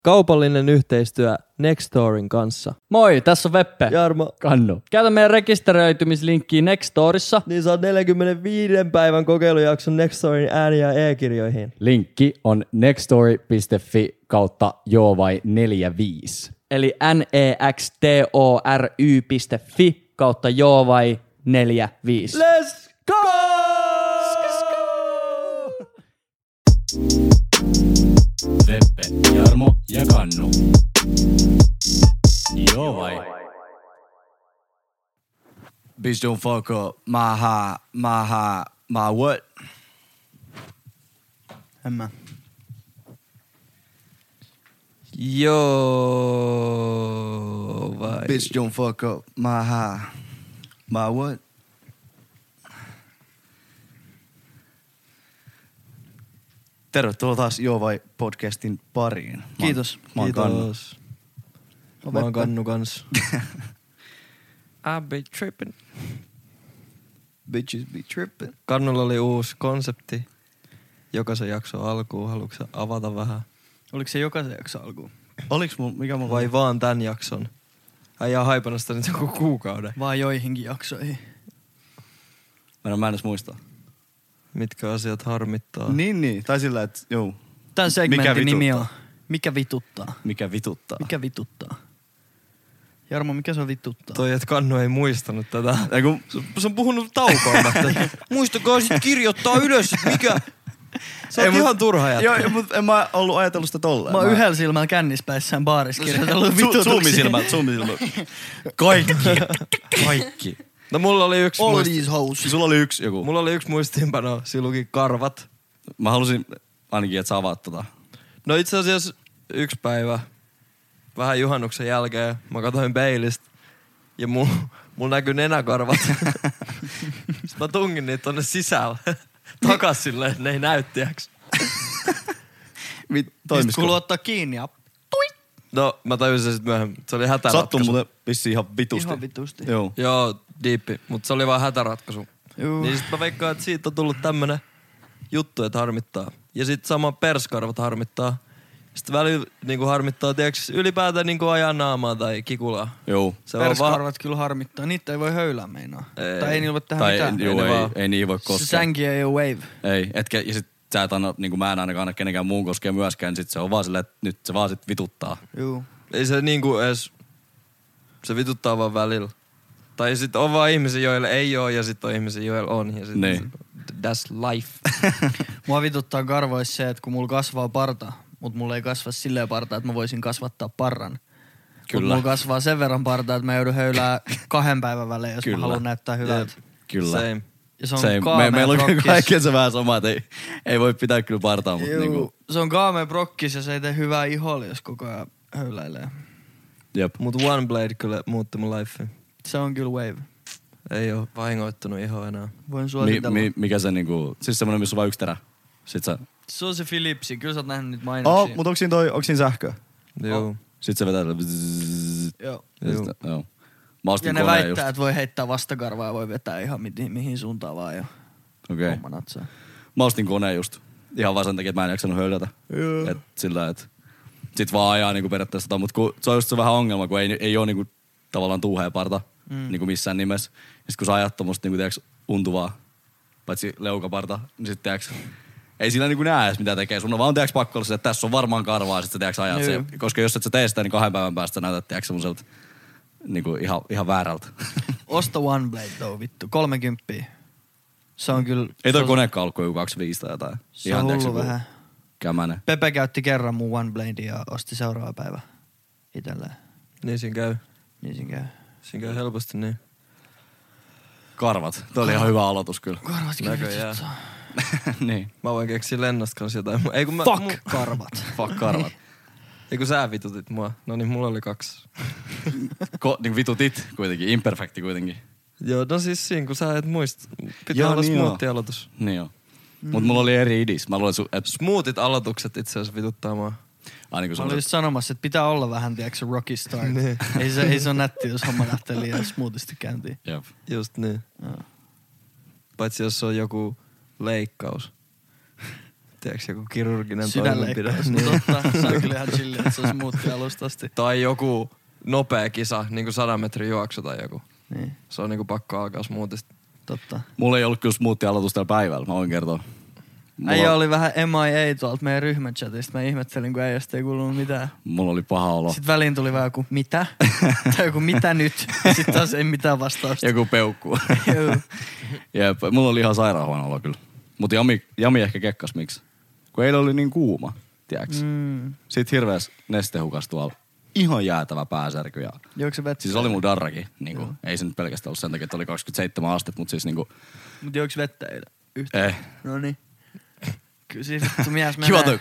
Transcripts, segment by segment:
Kaupallinen yhteistyö Nextorin kanssa. Moi, tässä on Veppe. Jarmo. Kannu. Käytä meidän rekisteröitymislinkkiä Nextorissa. Niin saa 45 päivän kokeilujakson Nextorin ääni- ja e-kirjoihin. Linkki on nextory.fi/joovai45. Eli nextory.fi/joovai45. Let's go! Veppe, Jarmo ja Kannu. Joo vai? Bitch don't fuck up my high, my what? En mä. Joo vai? Bitch don't fuck up my high, my what? Tervetuloa taas Joo vai podcastin pariin. Kiitos. Mä oon Kannu. Kiitos. Mä oon Kannu kans. I be trippin'. Bitches be trippin'. Kannulla oli uusi konsepti jokaisen jakson alkuun. Haluatko sä avata vähän? Oliko se jokaisen jakso alkuun? Oliks mikä mulla Vai vaan tän jakson? Äijä on haipannut sitä nyt joku kuukauden. Vaan joihinkin jaksoihin. Mä en edes muista. Mitkä asiat harmittaa? Niin. Tai sillä, että joo. Tän segmentin nimi on vituttaa? Mikä vituttaa? Mikä vituttaa? Mikä vituttaa? Jarmo, mikä se on vituttaa? Toi, että Kannu ei muistanut tätä. Ei kun Se on puhunut taukoamatta. Muistakaa sit kirjoittaa ylös, mikä... Se on ihan turha jätkä. Joo, mutta en mä ollut ajatellut sitä tolleen. Mä oon yhdellä silmällä kännispäissään baarissa kirjoitellut vitutuksia. Zoomisilmät. Kaikki. No mulla oli yksi All these hoes. Sulla oli yksi joku. Mulla oli yksi muistiinpano, siinä luki karvat. Mä halusin ainakin, että sä avaat tota. No itse asiassa yksi päivä, vähän juhannuksen jälkeen, mä katsoin peilistä ja mulla näkyi nenäkarvat. Sitten mä tungin niitä tonne sisällä. Takas silleen, että ne ei näyttiäks. Sitten Toimisiko? kuuluu ottaa kiinni ja No mä tajusin sen sit myöhemmin. Se oli hätäratkaisu. Sattuu muuten vissiin ihan vitusti. ihan vitusti. Joo. Joo, diippi. Mutta se oli vaan hätäratkaisu. Juu. Niin sit mä veikkaan, että siitä on tullut tämmönen juttu, että harmittaa. Ja sit sama perskarvat harmittaa. Sitten välillä niinku harmittaa, tiiäks, ylipäätään niinku ajaa naamaa tai kikulaa. Joo. Se on vaan... Perskarvat kyllä harmittaa. Niitä ei voi höylää meinaa. Ei. Tai ei niillä voi tehdä Tai mitään. ei niin voi Se koskea. sänki ei oo wave. Ei. Ja sit sä et anna, niinku mä en ainakaan anna kenenkään muun koskea myöskään. Sit se on vaan silleen, että nyt se vaan sit vituttaa. Juu. Ei se niinku edes... Se vituttaa vaan välillä. Tai sit on vaan ihmisiä, joille ei oo ja sit on ihmisiä, joille on. Ja sit Niin. That's life. Mua vituttaa karvoissa se, että kun mulla kasvaa parta, mut mulla ei kasva silleen parta, että mä voisin kasvattaa parran. Mut mulla kasvaa sen verran parta, että mä joudun höylää 2 päivän välein, jos Kyllä. mä haluan näyttää hyvältä. Kyllä. Same. Ja se on Se kaamea meillä on prokkis. kaikkeen se vähän sama, että ei voi pitää kyllä partaa, mutta Juu, niinku... se on kaamea prokkis ja se ei tee hyvää iholle, jos koko ajan höyläilee. Jep. Mut One Blade kyllä muutti mun life. Se on kyllä wave. Ei oo vahingoittunut iho enää. Voin suositella. Mikä se niinku... Siis semmonen, missä on vain yksi terä. Sit sä... Se on se Philipsi. Kyllä sä oot nähnyt niitä mainoksia. Mut onks siinä sähkö? Joo. Sit se vetää... Joo. Joo. Mä ostin Ja ne koneen väittää, just. että voi heittää vastakarvaa ja voi vetää ihan mihin suuntaan vaan jo. Okei. Homma natsaa. Mä ostin koneen just. Ihan vaan sen takia, että mä en jaksanut höylätä. Joo. Et sillä, et... Sit vaan ajaa niinku periaatteessa mut se on just se vähän ongelma, kun ei oo niinku tavallaan tuuhea parta. Niinku missään nimessä. Ja sit kun sä ajat tommoista niinku tiiäks untuvaa, paitsi leukaparta, niin sit tiiäks... Ei sillä niinku näe edes mitä tekee. Sun on vaan tiiäks pakko olla se, että tässä on varmaan karvaa ja sit sä tiiäks ajat se. Koska jos et sä tee sitä, niin 2 päivän päästä sä näytät tiiäks semmoselta niinku ihan väärältä. Osta One Blade though, vittu. 30. Se on kyllä... Ei toi se on- konekaan ollut kuin joku 25 tai jotain. Se on tiiäks hullu joku vähän. Kämänen. Pepe käytti kerran mun One Blade ja osti seuraava päivä itselleen. Niin siinä käy. Niin siinä käy. Siinä käy helposti niin. Karvat. Toi oli ihan hyvä aloitus kyllä. Karvat kyllä Näköjään. vituttaa. Niin. Mä voin keksiä lennosta kanssa jotain. Ei kun Fuck karvat. Fuck karvat. Ei kun sä vitutit mua. No niin, mulla oli 2. Niinku vitutit kuitenkin. Imperfekti kuitenkin. Joo, no siis siinä kun sä et muista. Pitää Joo, olla niin smoothie aloitus. Niin joo. Mut mulla oli eri idis. Mä luulen, että Smoothit aloitukset itse asiassa vituttaa mua. aina kun Mä se olin on... just sanomassa, että pitää olla vähän, tiedätkö, rocky start. Niin. ei se ole nätti, jos homma lähtee liian smoothisti käyntiin. Jep. Just niin. Joo. Paitsi jos on joku leikkaus. tiedätkö, joku kirurginen toimenpide. Sydänleikkaus. Totta, se on kyllä ihan chilli, että se on smoothie alusta asti. Tai joku nopea kisa, niinku 100 metrin juoksu tai joku. Niin, Se on niinku pakko alkaa smoothista. totta. Mulla ei ollut kyllä smoothie-aloitus tällä päivällä, mä voin kertoa. Äijä oli vähän MIA tuolta meidän ryhmächatista. Mä ihmettelin, kun äijästä ei kuulunut mitään. Mulla oli paha olo. Sitten väliin tuli vähän joku mitä? Tai joku mitä nyt? Sitten taas ei mitään vastausta. Joku peukku. Joo. Jep, mulla oli ihan sairaan huono olo kyllä. Mutta Jami ehkä kekkas miksi. Kun eilen oli niin kuuma, tiedätkö? Sitten hirveäs nestehukas tuolla. Ihan jäätävä pääsärky. Ja Juoks se vettä? siis oli mun darrakin. Niinku. Ei se nyt pelkästään ollut sen takia, että oli 27 astetta, mutta siis niinku... Mut juoks vettä eilen? Yhtä? Ei. Noniin. Kyllä siis vittu mies menee. Juotu.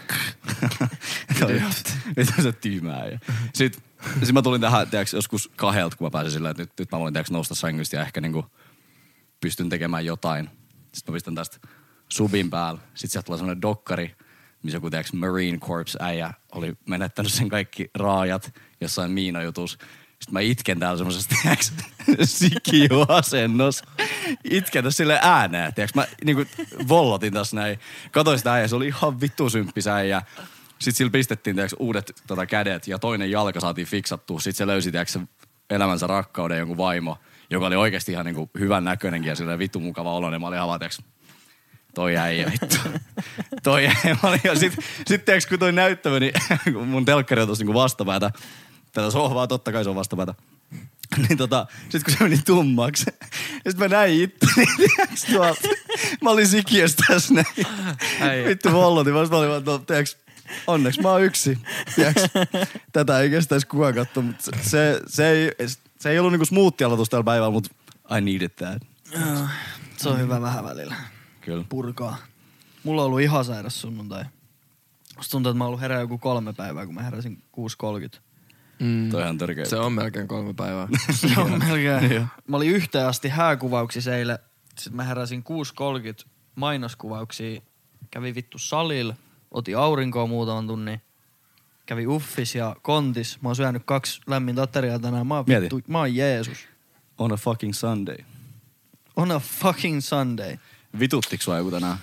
Mitä se tyymää. Sitten mä tulin tähän, tiedätkö, joskus 2, kun mä pääsin silleen, että nyt mä voin, tiedätkö, nousta sängystä ja ehkä niinku pystyn tekemään jotain. Sitten mä pistän tästä subin päällä. Sitten sieltä tulee semmonen dokkari, missä joku, tiedätkö, Marine Corps äijä oli menettänyt sen kaikki raajat jossain miinajutus. Sitten mä itken täällä semmosessa, tiedätkö, sikiöasennossa. Itken tässä silleen ääneen, tiedätkö. Mä niinku vollotin tässä näin. Katoin sitä äijä, se oli ihan vittu symppis äijä. Sitten sillä pistettiin, tiedätkö, uudet kädet ja toinen jalka saatiin fiksattua. Sitten se löysi, tiedätkö, elämänsä rakkauden jonkun vaimo, joka oli oikeasti ihan niinku hyvän näköinenkin ja silleen vittu mukava olo. Niin mä olin ihan vaan, tiedätkö, toi äijä vittu. Toi äijä. Ja sitten tiedätkö, kun toi näyttämö, niin mun telkkari on tossa niinku vastapäätä. Tätä sohvaa, totta kai se on vastapäätä. Niin sit kun se meni tummaksi, sit mä näin itteni, tiiäks tuolta. Mä olin sikiössä tässä näin. Vittu vollotin, mä olin vaan, tiiäks, onneksi mä oon yksi. Tiiäks, tätä ei kestäisi kukaan katsoa, mutta se ei ollut niinku smoothie-aloitus tällä päivällä, mutta I needed that. Se on hyvä vähän välillä. Kyllä. Purkaa. Mulla on ollut ihan sairas sunnuntai. Musta tuntuu, että mä oon ollut herää joku 3 päivää, kun mä heräsin 6.30. Toihan törkeä. Se on melkein 3 päivää. Se on melkein. Mä olin yhteen asti hääkuvauksissa eilen. Sitten mä heräsin 6.30 mainoskuvauksia. Kävin vittu salilla. Otin aurinkoa muutaman tunnin. Kävin uffis ja kontis. Mä oon syönyt 2 lämmintä ateriaa tänään. Mä oon Jeesus. On a fucking Sunday. On a fucking Sunday. Vituttiks sua joku tänään?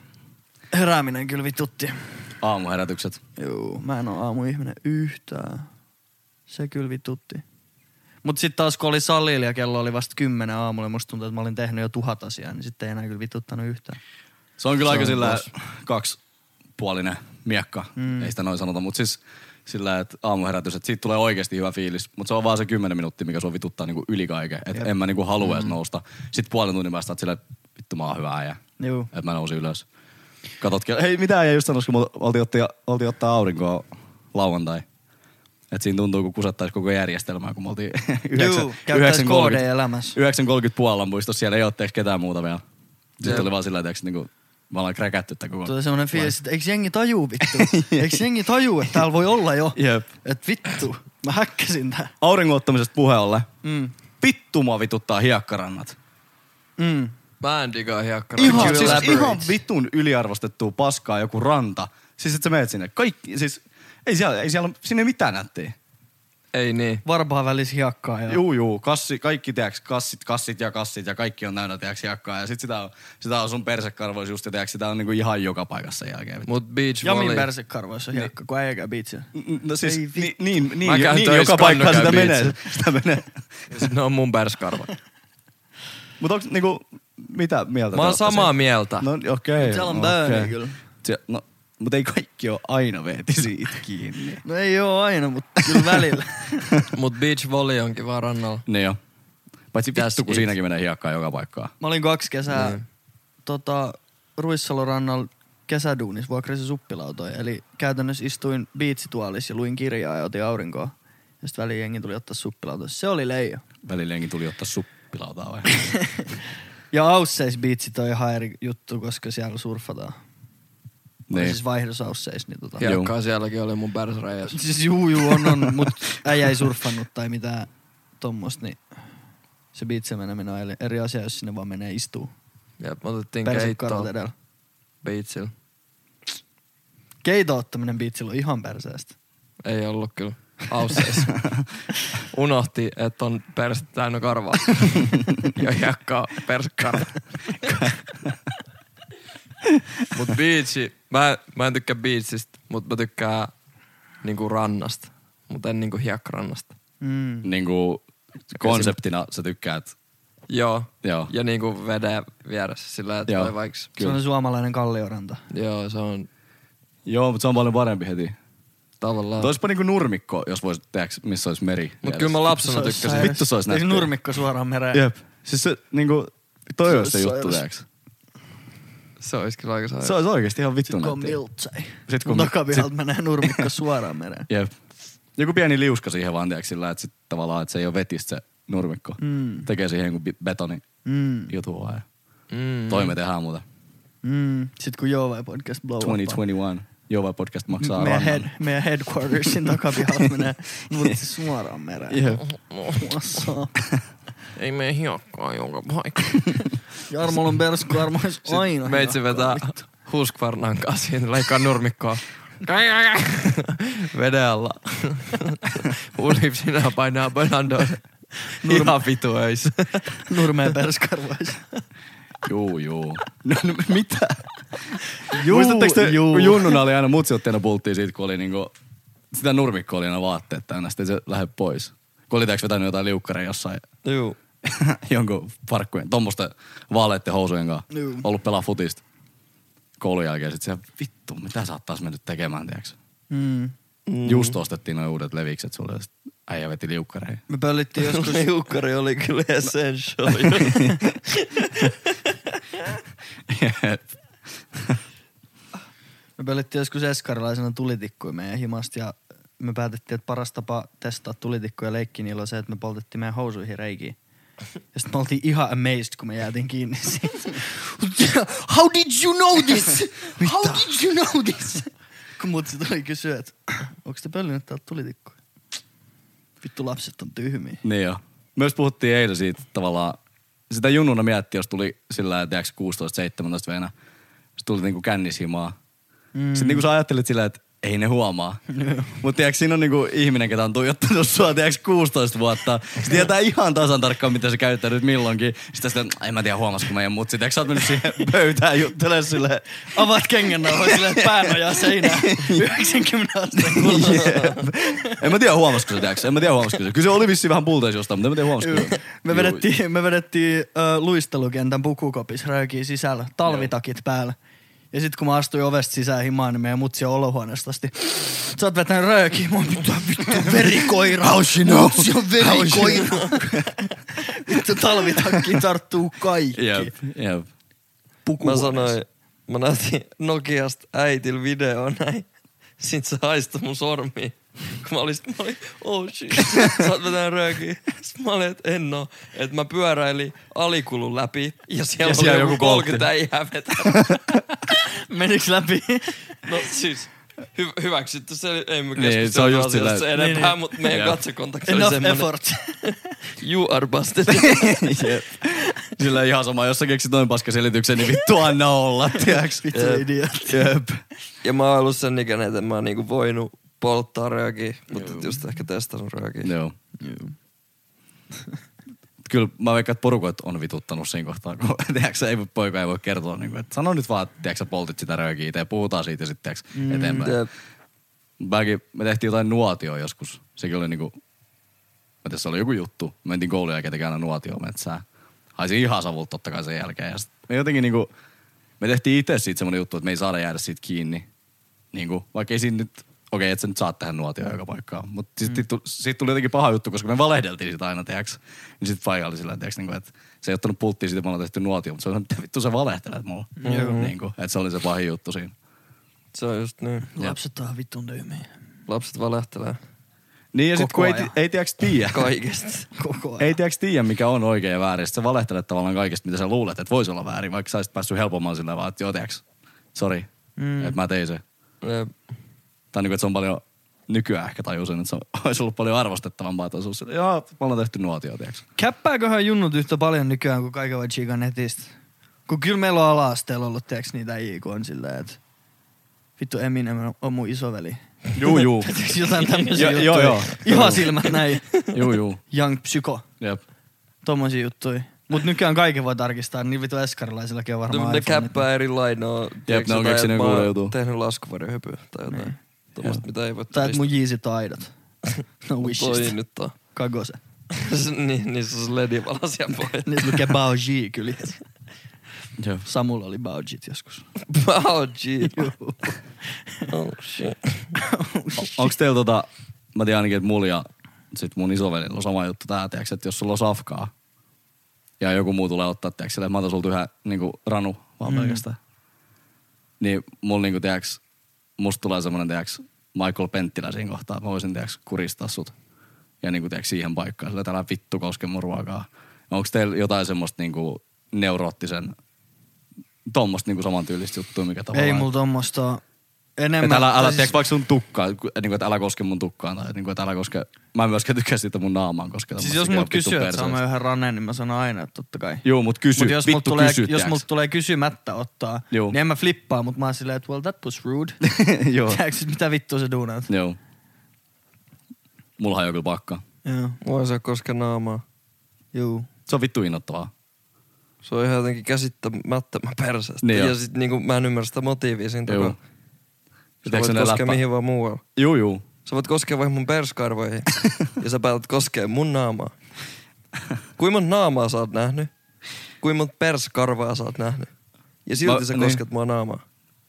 Herääminen kyllä vitutti. Aamuherätykset. Joo, mä en oo aamuihminen yhtään. Se kyllä vitutti. Mut sit taas kun oli salilla ja kello oli vasta 10 aamulla, musta tuntuu, että mä olin tehnyt jo 1000 asiaa, niin sitten ei enää kyllä vituttanut yhtään. Se on kyllä aika sillä kaksipuolinen miekka, ei sitä noin sanota, mutta siis sillä, että aamuherätys, että siitä tulee oikeasti hyvä fiilis. Mutta se on vaan se 10 minuuttia, mikä sua vituttaa niinku yli kaiken. Että en mä niinku halua edes nousta. Sitten puolen tunnin päästä oot silleen, vittu mä oon hyvä äijä. Että mä nousin ylös. Katotkin, hei mitä äijä just sanois, kun oltiin ottaa aurinkoa lauantai. Että siinä tuntuu, kun kusettaisi koko järjestelmää, kun me oltiin 9.30 Puolanpuistossa. Siellä ei ole ketään muuta vielä. Sitten oli vaan sillä, että niinku, me ollaan kräkätty tätä koko... Tulee semmonen fiilis, että eikö jengi tajuu vittu? Eikö jengi tajuu, että täällä voi olla jo? Jep. Että vittu, mä häkkäsin tää. Auringottamisesta puheen ollen. Vittu mua vituttaa hiekkarannat. Mä en digaa hiekkarannat. Ihan vittun yliarvostettua paskaa joku ranta. Siis et sä meet sinne. Kaikki, siis ei siellä sinne mitään nättiä. Ei niin. Varpaan välis hiekkaa. Juu. Kaikki tiiäks, kassit ja kaikki on täynnä tiiäks hiekkaa. Ja sit sitä on sun persekarvoissa just ja tiiäks, sitä on niinku ihan joka paikassa sen jälkeen. Mut beach volley. volley. Jamin persekarvoissa on hiekka, kun äijäkään beachillä. No siis niin joka paikkaan sitä menee. Ne on mun perskarva. Mut onks niinku, mitä mieltä? Mä oon samaa mieltä. No okei. Siellä on bööni kyllä. No, mut ei kaikki oo aina veeti siitä kiinni. No ei oo aina, mutta kyllä välillä. Mut beach volley onkin vaan rannalla. Niin jo. Paitsi vittu, kun siinäkin menee hiekkaa joka paikkaan. Mä olin 2 kesää Ruissalon rannalla kesäduunis vuokrasin suppilautoja. Eli käytännössä istuin biitsituolissa ja luin kirjaa ja otin aurinkoa. Ja sit väliin jengi tuli ottaa suppilautoja. Se oli leija. Väliin jengi tuli ottaa suppilautaa vai? Ja Ausseis biitsit on ihan eri juttu, koska siellä surfataan. Niin. Siis vaihdos Ausseis. Niin hiekkaa sielläkin oli mun persreijässä. Siis juu, on, mut äijä ei surffannut tai mitään tommoista, niin se biitsen meneminen on eri asia, jos sinne vaan menee istuu. Jep, otettiin keittoa biitsillä. Keiton ottaminen biitsillä on ihan perseestä. Ei ollut kyllä. Ausseis. Unohti, että on perse täynnä karvaa. Ja hiekkaa persekarva. Mut Mä en tykkää beachistä, mutta mä tykkään niinku rannasta. Mutta en niinku hiekkarannasta. Niinku konseptina sä tykkäät. Joo. Joo. Ja niinku veden vieressä sillä, että voi vaikka... Se on suomalainen kallioranta. Joo, se on Joo, mutta se on paljon parempi heti. tavallaan... Toispa niinku nurmikko, jos vois tehdä, missä olisi meri. Mut kyllä mä lapsena tykkäsin. Vittu se olisi Eikö nättiä. nurmikko suoraan mereen? Jep. Siis se niinku, toi olisi se juttu, sairas. teeks. Se olisi kyllä aika Se olisi oikeesti ihan vittu Sitten kun on nättiä. miltsai. Sit Mun takapihalta menee nurmikko suoraan mereen. Jep. Joku pieni liuska siihen vaan, tiiäks, sillä, että sit tavallaan, että se ei ole vetistä se nurmikko. Tekee siihen joku betoni jutu vaan. Toi me tehdään muuten. Sitten kun Joovai podcast blow up. 2021. Jova podcast maksaa rannan. Meidän headquartersin takapihalta menee nurmikko suoraan mereen. Jep. Massa. Ei mene hiekkaa joka paikka. Jarmolla on persku armois aina. Meitsi vetää Husqvarnan kanssa siinä, leikkaa nurmikkoa. Veden alla. Ulif sinä painaa Bernardo. Ihan vitu öis. Nurmeen perskarvois. Juu. No, mitä? Muistatteko te, kun junnuna oli aina, mutsi otti aina pulttiin siitä, kun oli niinku, sitä nurmikkoa oli aina vaatteet täynnä, sitten se lähde pois. Kun oli teeks vetänyt jotain liukkareja jossain, Juu. jonkun farkkujen, tommosten vaaleitten housujen kanssa, Juu. ollut pelaa futista koulun jälkeen. Sitten se, vittu, mitä sä oot taas mennyt tekemään, tiiäks? Just ostettiin noin uudet levikset sulle, ja sit äijä veti liukkareja. Me pöllittiin joskus... Liukkari oli kyllä essential. Me pöllittiin joskus eskarilaisena tulitikkuja meidän himasta ja me päätettiin, että paras tapa testaa tulitikkuja leikkiä niillä on se, että me poltettiin meidän housuihin reikiä. Ja sit me oltiin ihan amazed, kun me jäätiin kiinni siitä. How did you know this? How did you know this? Kun mutsi tuli kysyä, että onko te pöllinyt täältä tulitikkuja? Vittu lapset on tyhmiä. Niin joo. Myös puhuttiin eilen siitä tavallaan, sitä junnuna mietti, jos tuli sillä tavalla, 16-17 venä. Sitten tuli niinku kännishimaa. Sitten niinku sä ajattelit sillä, että ei ne huomaa. Mutta tiedätkö, siinä on niinku ihminen, ketä on tuijottanut sua, tiedätkö, 16 vuotta. Se tietää ihan tasan tarkkaan, mitä se käyttää nyt milloinkin. Sitten en mä tiedä, huomasiko meidän mutsi. Tiedätkö, sä oot mennyt siihen pöytään juttelemaan silleen. Avaat kengennauhoja silleen, että pää nojaa seinään 90 asteen kulmassa. En mä tiedä, huomasiko se, tiedätkö. En mä tiedä, huomasiko se. Kyllä se oli vissiin vähän pulteisi jostain, mutta en mä tiedä, huomasiko se. Me vedettiin luistelukentän pukukopis röökiä sisällä, talvitakit päällä. Ja sit kun mä astuin ovesta sisään himaan, niin meidän mutsi on olohuoneesta asti. Sä oot vetänyt röökiä, mä oon vittu verikoira. Mutsi on verikoira. Vittu talvitakkiin tarttuu kaikki. Jep. Mä sanoin, mä näytin Nokiasta äitillä video näin. Sitten se haistoi mun sormiin. Kun mä olin, oh shit, sä oot vetänyt röökiä. Sitten mä olin, että en oo. Että mä pyöräilin alikulun läpi ja siellä oli joku 30 äijää vetänyt. Meniks läpi? No siis, hyväksytty se, ei me Niin, se on just keskustella sillä, asiasta enempää, niin. mutta meidän katsekontakti oli Enough semmoinen. effort. You are busted. Jep. Sillä ihan sama, jos sä keksit noin paskaselityksen, niin vittu anna olla, tiiäks? Vittu idiot. Jep. Ja mä oon ollut sen ikäinen, että mä oon niinku voinut polttaa röökiä, mutta just ehkä testannut röökiä. Joo. Kyllä mä veikkaan, että porukoit on vituttanut siinä kohtaa, kun tiiäksä, poika ei voi kertoa, niin kuin, että sano nyt vaan, että tiiäksä, poltit sitä röökiä ja puhutaan siitä ja sitten eteenpäin. Jep. Me tehtiin jotain nuotioa joskus. Sekin oli niinku, mä tiedä, se oli joku juttu. Me mentiin koulun jälkeen tekemään aina nuotioa metsään. Haisin ihan savulta totta kai sen jälkeen. Ja me jotenkin niinku, me tehtiin itse siitä semmonen juttu, että me ei saada jäädä siitä kiinni. Niinku, vaikka ei siinä nyt, okei, et sä nyt saat tehdä nuotioa joka paikkaan. Mutta siitä tuli jotenkin paha juttu, koska me valehdeltiin sitä aina, tiiäks. Niin sit paikalla oli sillä, tiiäks, niinku, että se ei ottanut pulttia siitä, että me ollaan tehty nuotio. Mutta se on, että vittu sä valehtelet mulla. Niinku, että se oli se pahin juttu siinä. Se on just niin. Lapset on vittun tyhmiä. Lapset valehtelee Niin ja sit kun ei tiiäks tiiä. kaikesta. Koko ajan. Ei tiiäks tiiä, mikä on oikein ja väärin. Sitten sä valehtelet tavallaan kaikesta, mitä sä luulet, että voisi olla väärin. Vaikka sä olisit päässyt helpomaan sillä vaan, että joo tiiäks, sori, että mä tein se. Jep. Tai niinku, että se on paljon, nykyään ehkä tajusin, että se olisi ollut paljon arvostettavampaa, että olisi ollut, joo, me ollaan tehty nuotio, tiiäks. Käppääköhän junnut yhtä paljon nykyään kuin kaiken voi chiikan netistä? Kun kyllä meillä on ala-asteella ollut, tiiäks niitä äijä, kun on silleen, että vittu Eminem on mun isoveli. Juu. Jotain tämmöisiä Joo. juttuja. Ihan silmät näin. Juu. Young Psycho. Jep. Tommosia juttuja. Mut nykyään kaiken voi tarkistaa, niin vitu eskarilaisillakin on varmaan Ne iPhoneit. käppää erilainen on. Jep, ne on keksinyt uuden jutun. Tehnyt laskuvarjohypyä tai jotain. Tuommoista, mitä ei voi Tai et mun Yeezy-taidot. No Toi wishista. nyt on. Kagose. Niissä on LED-valasia pois. Niissä lukee Baoji kyljessä. Joo. Samulla oli Baojit joskus. Baoji. Oh shit. Onks teillä mä tiedän ainakin, että mulla ja sit mun isovelilla on sama juttu tää, tiiäks, että jos sulla on safkaa ja joku muu tulee ottaa, tiiäks, että mä otan sulta yhden niinku ranu vaan pelkästään. Niin mulla niinku, tiiäks, musta tulee semmonen, tiiäks, Michael Penttilä siinä kohtaa, että mä voisin, tiiäks, kuristaa sut. Ja niinku, tiiäks, siihen paikkaan, sillä täällä vittu koske mun ruokaa. Onks teillä jotain semmoista niinku neuroottisen, tommoista niinku samantyylistä juttua, mikä tavallaan... Ei mulla tommoista enemmän. Että älä siis, tiedä vaikka sun tukkaa, niinku, että älä koske mun tukkaan tai niinku, että älä koske... Mä en myöskään tykkää siitä mun naamaan kosketa. siis jos mut kysyy, että saan mä yhden ranen, niin mä sanon aina, että totta kai. Joo, mut kysy. Mut jos Vittu mut kysy, jos multa tulee kysymättä ottaa, Joo. niin en mä flippaa, mut mä oon silleen, että well that was rude. Joo. Tiedätkö mitä vittua se duunaat? Joo. Mullahan on kyllä pakka. Joo. Voi se koske naamaa. Juu. Se on vittu innoittavaa. Se on ihan jotenkin käsittämättömän perseestä. Niin ja jo. sit niinku mä en ymmärrä sitä motiivia siinä Joo. takaa. Sä Tiedätkö voit ne koskea läppä? mihin vaan muualla. Juu. Sä voit koskea vaikka mun perskarvoihin. ja sä päätät koskea mun naamaa. Kuinka monta naamaa sä oot nähnyt? Kuinka monta perskarvaa sä oot nähnyt? Ja silti sä kosket mua naamaa.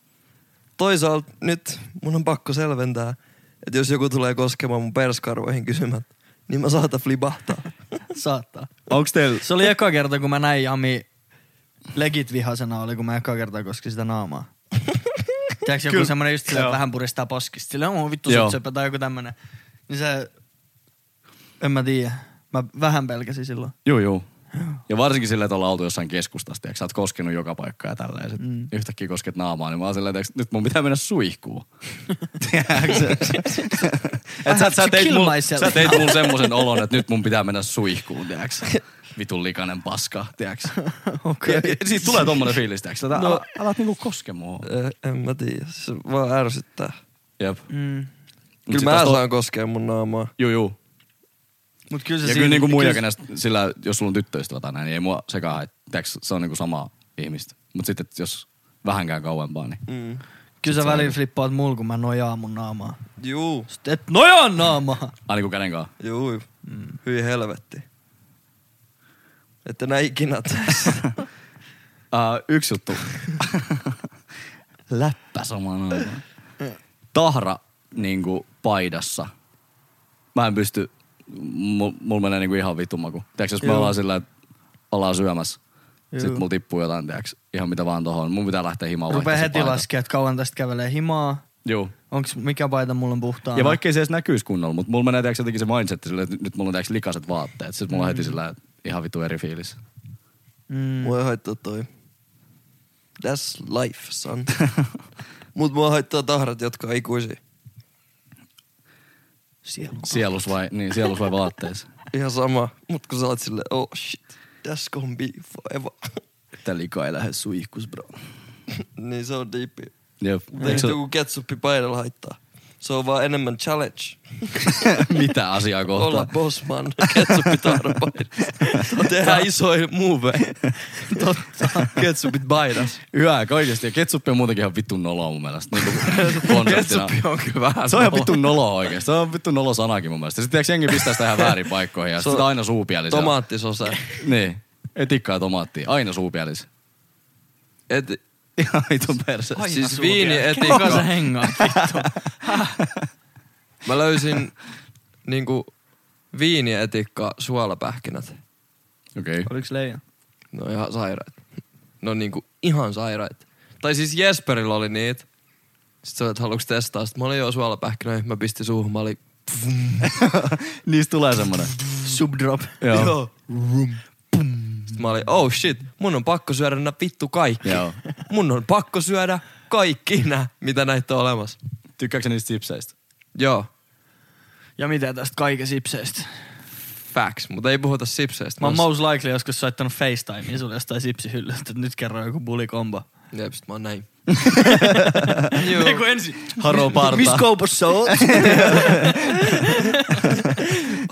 Toisaalta nyt mun on pakko selventää, että jos joku tulee koskemaan mun perskarvoihin kysymät, niin mä saatan flibahtaa. Saattaa. Onks teillä... Se oli eka kerta, kun mä näin Jami legit vihasena oli, kun mä eka kertaa koskin sitä naamaa. Tiedätkö joku semmonen just silleen, että vähän puristaa poskista. Silleen, on vittu sutsepä tai joku tämmönen. Niin se... En mä tiedä. Mä vähän pelkäsin silloin. Juu. Ja varsinkin silleen, että ollaan oltu jossain keskustassa, tiiäks, sä oot koskenut joka paikkaa ja tälleen, ja sit yhtäkkiä kosket naamaa, niin mä oon silleen, että nyt mun pitää mennä suihkuun. Tiedätkö? Että sä teit mulle semmosen olon, että nyt mun pitää mennä suihkuun, tiedäks. Vitun likainen paska, tiedäks. Okei. Ja siitä tulee tommonen fiilis, tiedäks. Älä niinku koske mua. En mä tiedä. Se vaan ärsyttää. Jep. Kyllä mä saan koskea mun naamaa. Juu. Mut kyllä se Ja kyllä niinku muijakin näistä, sillä jos sulla on tyttöystävä tai näin, niin ei mua sekaan, että se on niinku samaa ihmistä. Mut sitten jos vähänkään kauempaa, niin... Kyllä sä välillä flippaat mulla, kun mä nojaan mun naamaa. Juu. Sitten et nojaa naamaa! Ai niinku käden kaa. Juu. Hyi helvetti. Että nää ikinä tässä. Yksi juttu. Läppä samaan aikaan. Tahra niinku paidassa. Mä en pysty, mulla menee niinku ihan vitumaku. Tiedätkö, jos me ollaan sillä, että ollaan syömässä. Sitten mulla tippuu jotain, tiedätkö, ihan mitä vaan tohon. Mun pitää lähteä himaan Rupee heti laskea, että kauan tästä kävelee himaa. Joo. Onks mikä paita mulla on puhtaana? Ja vaikkei se edes näkyis kunnolla, mutta mulla menee tiedätkö, jotenkin se mindset sillä, että nyt mulla on tiedätkö, likaset vaatteet. Sitten mulla on heti sillä ihan vitu eri fiilis. Mua ei haittaa toi. That's life, son. Mut mua haittaa tahrat, jotka on ikuisia. Sielus vai vaatteessa? Ihan sama. Mut kun sä oot silleen, oh shit, that's gonna be forever. Tää lika ei lähde suihkus, bro. Niin se on diippi. Jep. Eikö joku ketsuppi paidalla haittaa? Se on vaan enemmän challenge. Mitä asiaa kohtaa? Olla bossman ketsuppi tahrapaidassa. Tehdään isoja moveja. Totta. Ketsupit paidas. Hyvä, kaikesti. Ja ketsuppi on muutenkin ihan vittun noloa mun mielestä. Niin konseptina. Ketsuppi on kyllä vähän. Se on ihan vittun noloa oikeesti. Se on vittun nolo sanakin mun mielestä. Sitten tiiäks jengi pistää sitä ihan väärin paikkoihin ja sitten aina suupielisiä. Tomaattisose. Niin. Etikkaa ja tomaattia. Aina suupielisiä. Ihan vitun perse. Siis viinietikka. Kuka sä hengaat, vittu? Mä löysin niinku viinietikka suolapähkinät. Okei. Oliks leija? No ihan sairaat. No niinku ihan sairaat. Tai siis Jesperillä oli niitä. Sitten sä olet, haluuks testaa? Sitten mä olin jo suolapähkinöihin. Mä pistin suuhun. Mä olin... Niistä tulee semmonen. Subdrop. Joo. Sitten mä olin, oh shit, mun on pakko syödä nää vittu kaikki. Joo. Mun on pakko syödä kaikki nää, mitä näitä on olemassa. Tykkääksä niistä chipseistä? Joo, Ja mitä tästä kaiken sipseistä? facts, mutta ei puhuta sipseistä. Mä oon most likely joskus soittanut FaceTimea sulle jostain sipsihyllyltä, että nyt kerran joku bulikombo. Jep, sit mä oon näin. Ei kun ensin. Haro parta. Missä kaupassa oot?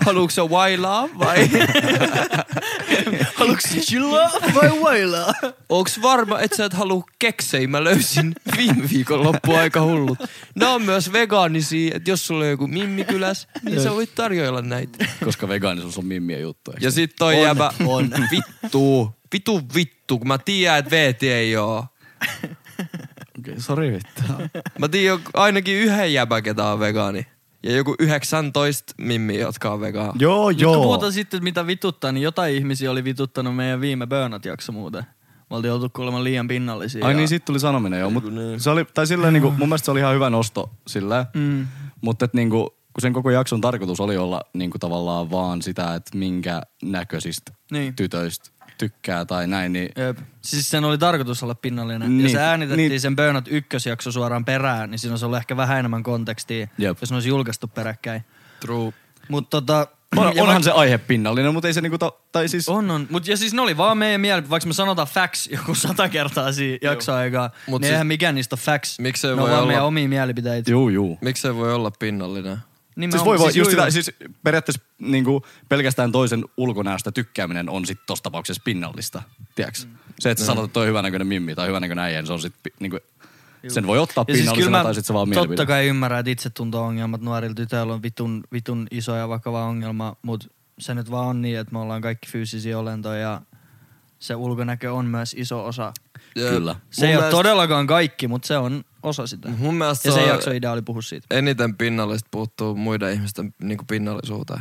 haluuks sä wailaa vai? Haluatko chillaa vai wailaa? Onks varma, että sä et haluu keksei? Mä löysin viime viikon loppuun aika hullut. Nää on myös vegaanisia, että jos sulla on joku mimmikyläs, niin sä voit tarjoilla näitä. Koska vegaanisuus on mimmien juttu. Ja sit toi jäbä on vittu, kun mä tiedän, että veeti ei oo. Okei, sori vittu. Mä tiedän ainakin yhden jäbä, ketä on vegaani. Ja joku 19 mimmiä, jotka on vegaani. Joo, Nyt kun puhutaan sitten, mitä vituttaa, niin jotain ihmisiä oli vituttanut meidän viime Burnout-jakso muuten. Me oltiin oltu kuulemma liian pinnallisia. Ai niin, sit tuli sanominen joo. Se oli, tai silleen niinku, mun mielestä se oli ihan hyvä nosto silleen. Mutta et niinku, kun sen koko jakson tarkoitus oli olla niinku tavallaan vaan sitä, että minkä näköisistä tytöistä tykkää tai näin, niin... Jep. Siis sen oli tarkoitus olla pinnallinen. Ja se äänitettiin sen Burnout ykkösjakso suoraan perään, niin siinä olisi ollut ehkä vähän enemmän kontekstia, jos ne olisi julkaistu peräkkäin. True. Mut onhan se aihe pinnallinen, mutta ei se niinku, tai siis... On. Mut ja siis ne oli vaan meidän mielipiteet, vaikka me sanotaan facts joku 100 kertaa siinä jaksoaikaa, niin siis, eihän mikään niistä ole facts. Miksei ne voi on vaan olla... meidän omia mielipiteitä. Juu. Miksei voi olla pinnallinen? Siis voi, just sitä, siis periaatteessa niinku pelkästään toisen ulkonäöstä tykkääminen on sit tossa tapauksessa pinnallista, tiiäks? Se, että sä sanot, että toi on hyvänäköinen mimmi tai hyvänäköinen äijä, niin se on sit niinku, sen voi ottaa pinnallisena tai sit se vaan mielipide. Totta kai ymmärrän, että itsetunto-ongelmat nuorilla tytöillä on vitun iso ja vakava ongelma, mut se nyt vaan on niin, että me ollaan kaikki fyysisiä olentoja ja se ulkonäkö on myös iso osa. Kyllä. Se ei ole todellakaan kaikki, mutta se on osa sitä. Mun mielestä ja se jakso idea oli puhua siitä. Eniten pinnallista puuttuu muiden ihmisten niinku pinnallisuuteen.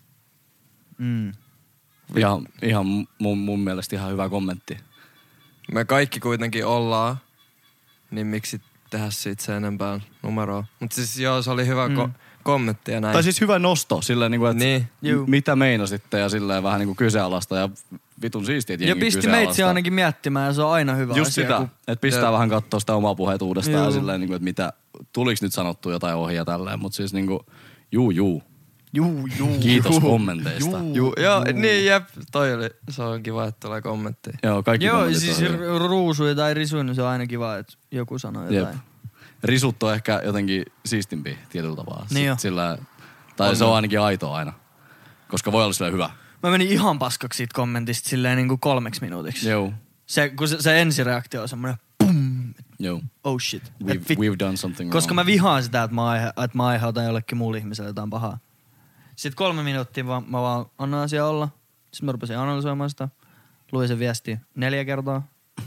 Ihan mun mielestä ihan hyvä kommentti. Me kaikki kuitenkin ollaan, niin miksi tehdä siitä se enempää numeroa. Mutta siis joo, se oli hyvä kommentti ja näin. Tai siis hyvä nosto, silleen niinku, että niin. Mitä meinasitte ja silleen vähän niinku kyseenalaista ja vitun siistiä, että jengi ja pisti meitsi ainakin miettimään ja se on aina hyvä just asia. Just sitä, että pistää vähän katsoa sitä omaa puheet uudestaan ja silleen niinku, että mitä, tuliks nyt sanottua jotain ohi ja tälleen, mutta siis niinku, juu. Kiitos kommenteista. Joo, niin jep, se on kiva, että tulee kommentteja. Joo, kaikki kommentit siis ruusuja tai risuja, niin se on aina kiva, että joku sanoo jotain. Risut on ehkä jotenkin siistimpi tietyllä tapaa. Niin jo. Sillä, tai se on ainakin aitoa aina, koska voi olla silleen hyvä. Mä menin ihan paskaksi siitä kommentista silleen niinku 3 minuutiksi. Joo. Kun se ensireaktio on semmoinen pum. Joo. Oh shit. We've done something koska wrong. mä vihaan sitä, että mä aiheutan jollekin muulle ihmiselle jotain pahaa. Sitten 3 minuuttia mä vaan annan asiaa olla. Sitten mä rupesin analysoimaan sitä. Luin sen viestiä 4 kertaa.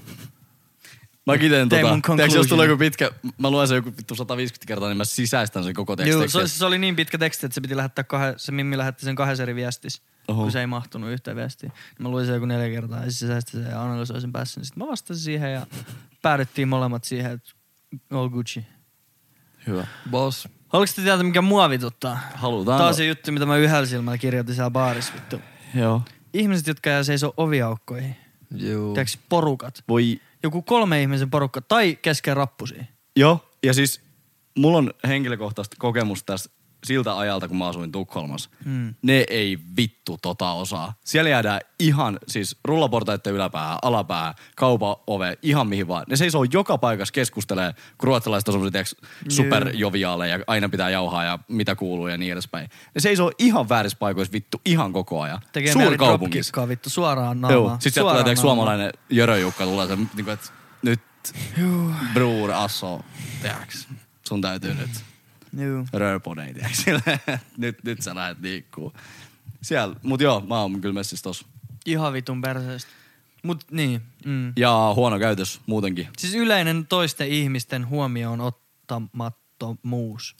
Mäkin teen tiedätkö, jos tulee joku pitkä, mä luen sen joku 150 kertaa, niin mä sisäistän sen koko tekstin. Joo, se oli niin pitkä teksti, että se piti lähettää se Mimmi lähetti sen 2 eri viestissä, kun se ei mahtunut yhteen viestiin. Mä luin sen joku 4 kertaa ja sisäistin sen ja analysoin sen päässä. Sitten mä vastasin siihen ja päädyttiin molemmat siihen, että all Gucci. Hyvä. Boss. Haluatko te tietää, mikä mua vituttaa? Halutaan. Tää on se juttu, mitä mä yhdellä silmällä kirjoitin siellä baarissa vittu. Joo. Ihmiset, jotka jää seisoo oviaukkoihin. Joo. Tiedätkö, porukat. Voi. Joku 3 ihmisen porukka tai kesken rappusia. Joo, ja siis mulla on henkilökohtaista kokemusta tästä siltä ajalta, kun mä asuin Tukholmassa. Ne ei vittu osaa. Siellä jäädään ihan, siis rullaportaiden yläpäähän, alapäähän, kaupan ove, ihan mihin vaan. Ne seisoo joka paikassa keskustelee, kun ruotsalaiset on semmosia superjoviaaleja ja aina pitää jauhaa ja mitä kuuluu ja niin edespäin. Ne seisoo ihan väärissä paikoissa vittu ihan koko ajan. Tekee suurkaupungissa. vittu suoraan naamaa. Joo, sit sieltä tulee suomalainen Jörö-Jukka tulee se, niinku, että nyt bror, asso, tiiäks, sun täytyy nyt rörpodei, tiiäks, nyt sä lähet liikkuu. Siellä, mut joo, mä oon kyllä messissä tossa. Ihan vitun perseestä. Mut niin. Ja huono käytös muutenkin. Siis yleinen toisten ihmisten huomioon ottamattomuus.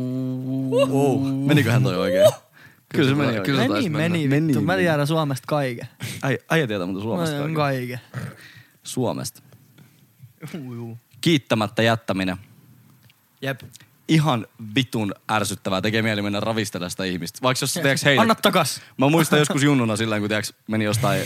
Meniköhän toi oikein? Kyllä se meni oikein. Meni vittu. Mä tiedän Suomesta kaiken. Äijä tietää mutta Suomesta kaiken. Suomesta. Kiittämättä jättäminen. Jep. Ihan vitun ärsyttävää. Tekee mieli mennä ravistelemaan sitä ihmistä. Vaikka jos teeks heitä. Anna takas. Mä muistan joskus junnuna silleen, kun teeks meni jostain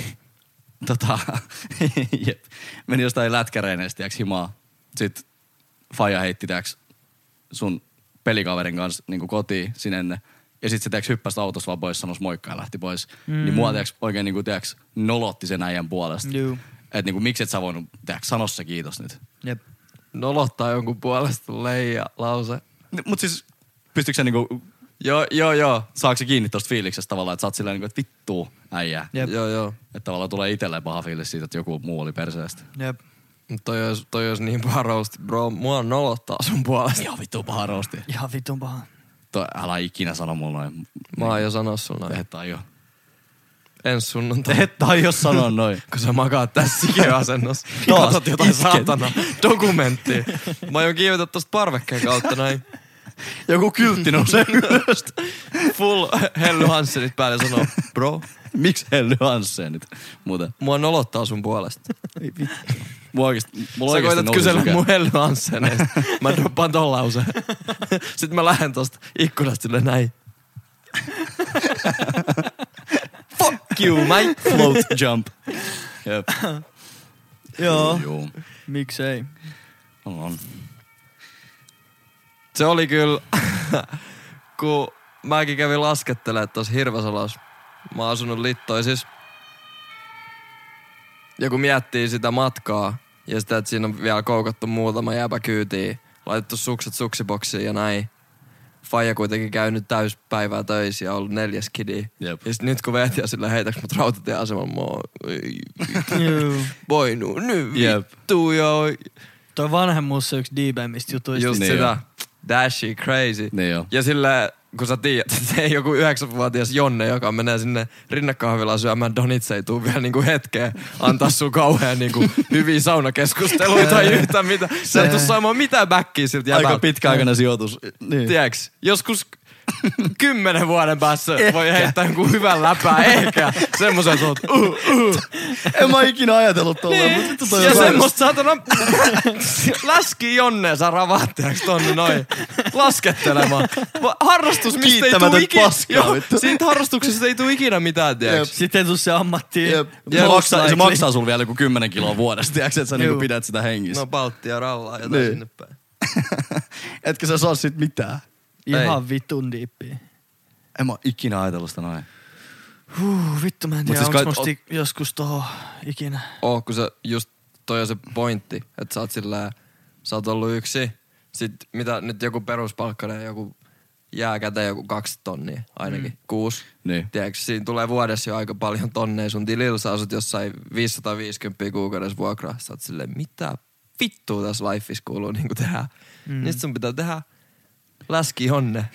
meni jostain lätkäreineistä teeks himaa. Sitten faija heitti teeks sun pelikaverin kanssa niinku kotiin sinne. Ja sit se teeks hyppäsi autossa vaan pois, sanois moikka ja lähti pois. Niin mua teeks oikein niinku teeks nolotti sen äijän puolesta. Et niinku miksi et sä voinut teeks sano se kiitos nyt. Jep. Nolottaa jonkun puolesta leija lause. Mut siis pystytkö sä niinku Joo. Saatko se kiinni tosta fiiliksestä tavallaan, että sä oot silleen niinku, että vittuu äijää. Jep. Joo. Että tavallaan tulee itselleen paha fiilis siitä, että joku muu oli perseestä. Jep. Toi olisi niin paha roasti. Bro, mua nolottaa sun puolesta. Ihan vittu paha roosti. Ihan vitun paha. Älä ikinä sano mulle noin. Mä oon jo sanoa sun noin. Et aio. Ensi sunnuntai. Et aio sanoa noin. Kun sä makaat tässä sikeasennossa. Taas Katsot jotain itken. saatana dokumenttia. Mä aion kiivetä tosta parvekkeen kautta näin. Joku kyltti nousee ylös. Full Helly Hansenit päälle sanoo, bro, Miksi Helly Hansenit? Muuten. mua nolottaa sun puolesta. Mulla Sä oikeesti koitat nousi kysellä syke. mun Helly Hanseneista. Mä droppaan ton lauseen. Sitten mä lähden tosta ikkunasta silleen näin. Fuck you, mate. Float jump. Jep. Joo. Joo. Miksei? On. Se oli kyllä, kun mäkin kävin laskettelemaan tossa Hirvesalos. Mä oon asunut Littoisis. Ja kun miettii sitä matkaa ja sitä, että siinä on vielä koukattu muutama jäbä kyytiin, laitettu sukset suksiboksiin ja näin. Faija kuitenkin käynyt täyspäivää töissä ja ollut 4. kidi. Jep. Ja sit nyt kun vehtiä sillä heitäks mut rautatieasemalla, mä oon, voinut nyt Jep. vittu joo. Toi vanhemmuus on yksi diipeimmistä jutuista. Just Niin sitä. joo. Dashi crazy. Niin joo. Ja sillä kun sä tiedät, että ei joku 9-vuotias Jonne, joka menee sinne rinnekahvilaan syömään donitseja, ei tuu vielä niinku hetkeen antaa sun kauhean niinku hyviä saunakeskusteluita tai yhtä mitä. Sä et tuu saamaan mitään backia siltä jäbältä. Aika pitkäaikainen sijoitus. Niin. Tiedäks, joskus 10 vuoden päässä voi heittää jonkun hyvän läpää, ehkä semmoisen suut. En mä ikinä ajatellut tolleen, mutta vittu toi Ja on semmoista saatana läski Jonneen saa ravattiaks tonne noin laskettelemaan. Harrastus, mistä ei tuu Kiittämätön ikinä. paskaa, Joo, vittu. siitä harrastuksesta ei tuu ikinä mitään, tiedäks. Sitten ei tuu se ammattiin. Se maksaa sulla vielä joku 10 kiloa vuodesta, tiedätkö, että sä niinku pidät sitä hengissä. No Baltia rallaa jotain Niin. sinne päin. Etkö sä saa sit mitään? Ihan vitun diippiä. En mä oo ikinä ajatellut sitä noin. Vittu mä en Mut tiedä, siis onks kai- musta joskus tohon ikinä. Kun se just toi on se pointti, että sä oot sillä, sä oot ollut yksi. Sitten mitä nyt joku peruspalkkainen, joku jää käteen joku 2 tonnia ainakin, 6. Niin. Tiedätkö, siinä tulee vuodessa jo aika paljon tonneja sun tilillä. Sä asut jossain 550 kuukaudessa vuokraa. Sä oot silleen, mitä vittua tässä lifeissa kuuluu niinku tehdä. Niin sit sun pitää tehdä läski Jonne.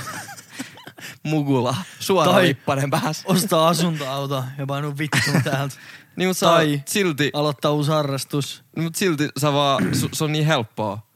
Mugula, suora Tai- lippanen päässä. Ostaa asuntoauto ja painuu vittuun täältä. Niin, mut Tai- silti, Aloittaa uusi harrastus. mut silti sä vaan, se on niin helppoa.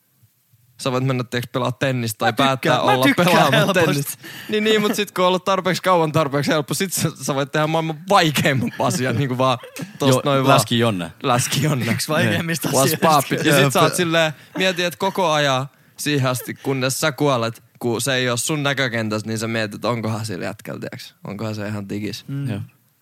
Sä voit mennä pelaa tennistä tai päättää mä olla tykkään pelaamatta helposti. tennistä. Niin, mut sit kun on ollut tarpeeksi kauan tarpeeksi helppo, sit sä voit tehdä maailman vaikeimman asian niinku vaan tosta noin vaan. Läski Jonne. Läski Jonne. Yksi vaikeimmista What's asioista. up? Ja sit sä oot silleen, mieti, että koko ajan siihen asti, kunnes sä kuolet, kun se ei oo sun näkökentässä, niin sä mietit, että onkohan sillä jätkällä, tiiäks? Onkohan se ihan digis. Joo.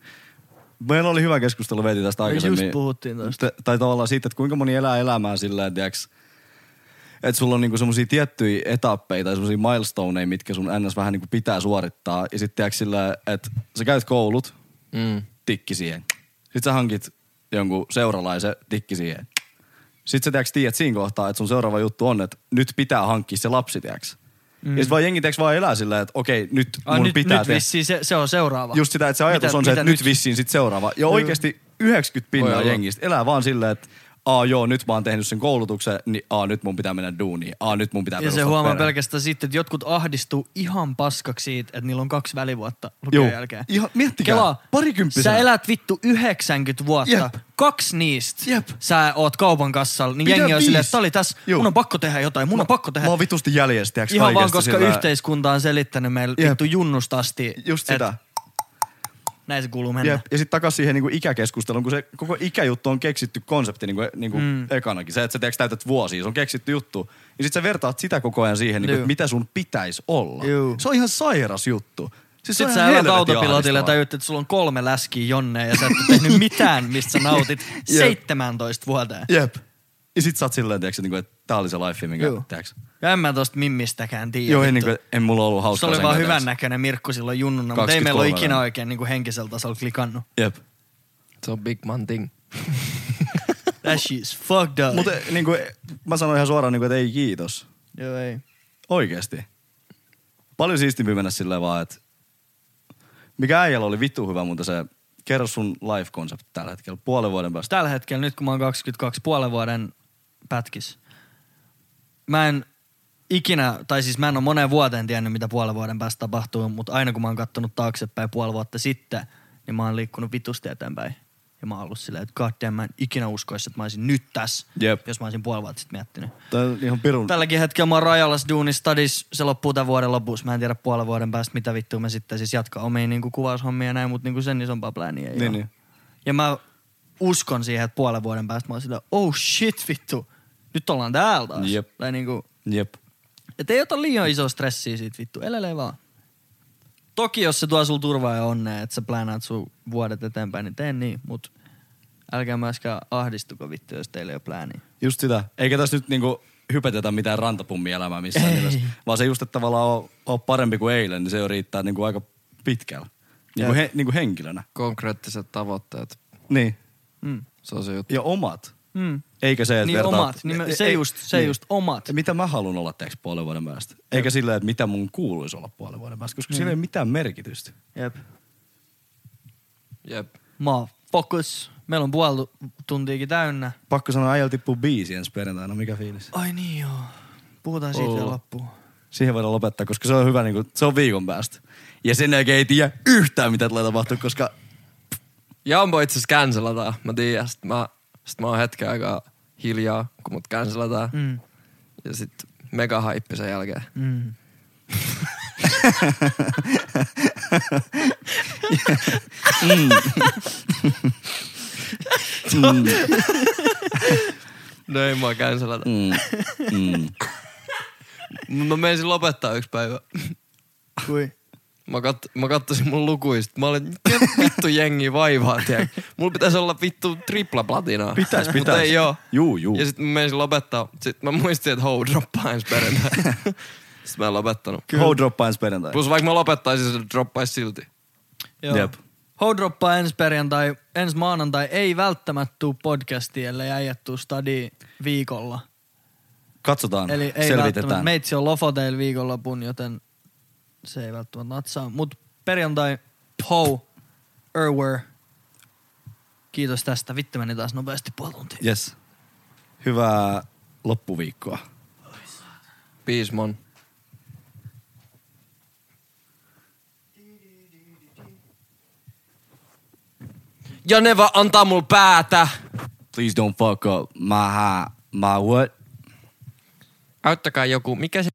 Meillä oli hyvä keskustelu, veti tästä aikaisemmin. Just puhuttiin tosta. Tai tavallaan siitä, että kuinka moni elää elämää sillä, tiiäks, että sulla on niinku semmosia tiettyjä etappeja tai semmosia milestoneja, mitkä sun ns vähän niinku pitää suorittaa. Ja sit tiiäks sillä, että sä käyt koulut, tikki siihen. Sit sä hankit jonkun seuralaisen, tikki siihen. Sit sä tiedät siinä kohtaa, että sun seuraava juttu on, että nyt pitää hankkia se lapsi, tiiäks. Ja sit vaan jengi vaan elää sillä, että okei, nyt mun nyt, pitää nyt tehdä. vissiin se on seuraava. Just sitä, että se ajatus on se, että nyt vissiin sit seuraava. Ja oikeesti 90% Voi olla. jengistä elää vaan silleen, että nyt mä oon tehnyt sen koulutuksen, niin nyt mun pitää mennä duuniin. Nyt mun pitää Ja se perustaa huomaa perhe. pelkästään sitten, että jotkut ahdistuu ihan paskaksi siitä, että niillä on 2 välivuotta lukion Joo. jälkeen. Ihan, miettikää, Kelaa, parikymppisenä. sä elät vittu 90 vuotta. Jep. 2 niistä Jep. sä oot kaupan kassalla, niin Pidä jengi on 5. silleen, että tää oli tässä, Joo. mun on pakko tehdä jotain, mun on pakko tehdä. Mä oon vitusti jäljessä, tiiäks, Ihan vaan, kaikesta koska sillä- yhteiskunta on selittänyt meille Jep. vittu junnusta asti. Just et sitä. Näin se kuuluu mennä. Jep. Ja sitten takaisin siihen niinku ikäkeskusteluun, kun se koko ikäjuttu on keksitty konsepti niinku ekanakin. Se, että sä täytät vuosia, se on keksitty juttu. Ja sit sä vertaat sitä koko ajan siihen, niinku, Juu. että mitä sun pitäisi olla. Juu. Se on ihan sairas juttu. Siis se on Sitten sä ihan elät helvetin autopilotilla ja ahdistavaa. tajut, että sulla on 3 läskiä Jonnea ja sä et ole tehnyt mitään, mistä sä nautit 17 vuoteen. Jep. Ja sit sä oot silleen, tiiäks, että tää oli se life, minkä, Juu. tiiäks. Ja en mä tosta mimmistäkään tiedä. Joo, vittu. en mulla ollut Se hauskaa oli sen vaan kanssa. hyvän näköinen Mirkku silloin junnuna, mutta ei meillä ole 23 ikinä oikein niin kuin henkisellä tasolla klikannut. Jep. Se on big man thing. That shit's fucked up. Mutta niinku, mä sanoin ihan suoraan, niinku, että ei kiitos. Joo, ei. Oikeesti. Paljon siistimpi mennä silleen vaan, että mikä äijällä oli vittu hyvä, mutta se kerro sun life-konsepti tällä hetkellä puolen vuoden päästä. Tällä hetkellä, nyt kun mä oon 22, puolen vuoden pätkis. Mä en ole moneen vuoteen tiennyt, mitä puolen vuoden päästä tapahtuu, mutta aina kun mä oon kattonut taaksepäin puoli vuotta sitten, niin mä oon liikkunut vitusti eteenpäin. Ja mä oon ollut silleen, että goddamn, mä en ikinä uskoisi, että mä olisin nyt tässä, jos mä olisin puoli vuotta sitten miettinyt. Tää on ihan pirun. Tälläkin hetkellä mä oon Rajalas duunis stadis, se loppuu tämän vuoden lopussa. Mä en tiedä puolen vuoden päästä, mitä vittua mä sitten siis jatkaa omia niinku kuvaushommia ja näin, mutta niinku sen isompaa plääniä ei ole. Ja mä uskon siihen, että puolen vuoden päästä mä oon silleen, oh shit vittu, nyt ollaan täällä taas. Jep. Et ei ota liian isoa stressiä siitä vittu, elelee vaan. Toki jos se tuo sul turvaa ja onnea, että sä pläänaat sun vuodet eteenpäin, niin tee niin, mut älkää myöskään ahdistuko vittu, jos teillä ei ole plääniä. Just sitä. Eikä tässä nyt niinku hypetetä mitään rantapummi-elämää missään nimessä. Vaan se just, että tavallaan on parempi kuin eilen, niin se jo riittää niinku aika pitkällä. Niinku henkilönä. Konkreettiset tavoitteet. Niin. Se on se juttu. Ja omat. Eikä se, että niin omat. Se just omat. Mitä mä haluan olla teeksi puolen vuoden päästä. Eikä silleen, että mitä mun kuuluisi olla puolen vuoden päästä, koska sillä ei ole mitään merkitystä. Jep. Focus. Meillä on puoli tuntiakin täynnä. Pakko sanoa, äijällä tippuu biisi ensi perjantaina. Mikä fiilis? Ai niin joo. Puhutaan siitä vielä loppuun. Siihen voidaan lopettaa, koska se on hyvä, niin kuin, se on viikon päästä. Ja sen jälkeen ei tiedä yhtään, mitä tulee tapahtua, koska... Jambo itse asiassa cancelataan. Mä tiedän. Sitten mä oon hetken aikaa hiljaa, kun mut cancelataan. Ja sit mega haippi sen jälkeen. No ei mua cancelata. Mä menisin lopettaa yksi päivä. Kui? Mä kattosin mun lukuista. Mä olin, mitä vittu jengi vaivaa, tiedätkö? Mulla pitäisi olla vittu tripla platinaa. Pitäis. Mutta ei oo. Juu. Ja sit mä menisin lopettaa. Sit mä muistin, että Hou droppaa ensi perjantai. Sit mä en lopettanut. Hou droppaa ensi perjantai. Plus vaikka mä lopettaisin, se droppais silti. Joo. Jep. Hou droppaa ensi maanantai. Ei välttämättä tuu podcastiin, ellei äijät tuu stadiin viikolla. Katsotaan, eli ei selvitetään. Meitsi on Lofoteilla viikonlopun, joten se ei välttämättä natsaa. Mut perjantai, Hou, Erwer. Kiitos tästä. Vittu meni taas nopeasti puoli tuntia. Yes. Hyvää loppuviikkoa. Peace, mon. Ja ne vaan antaa mulle päätä. Please don't fuck up my what? Auttakaa joku. Mikä se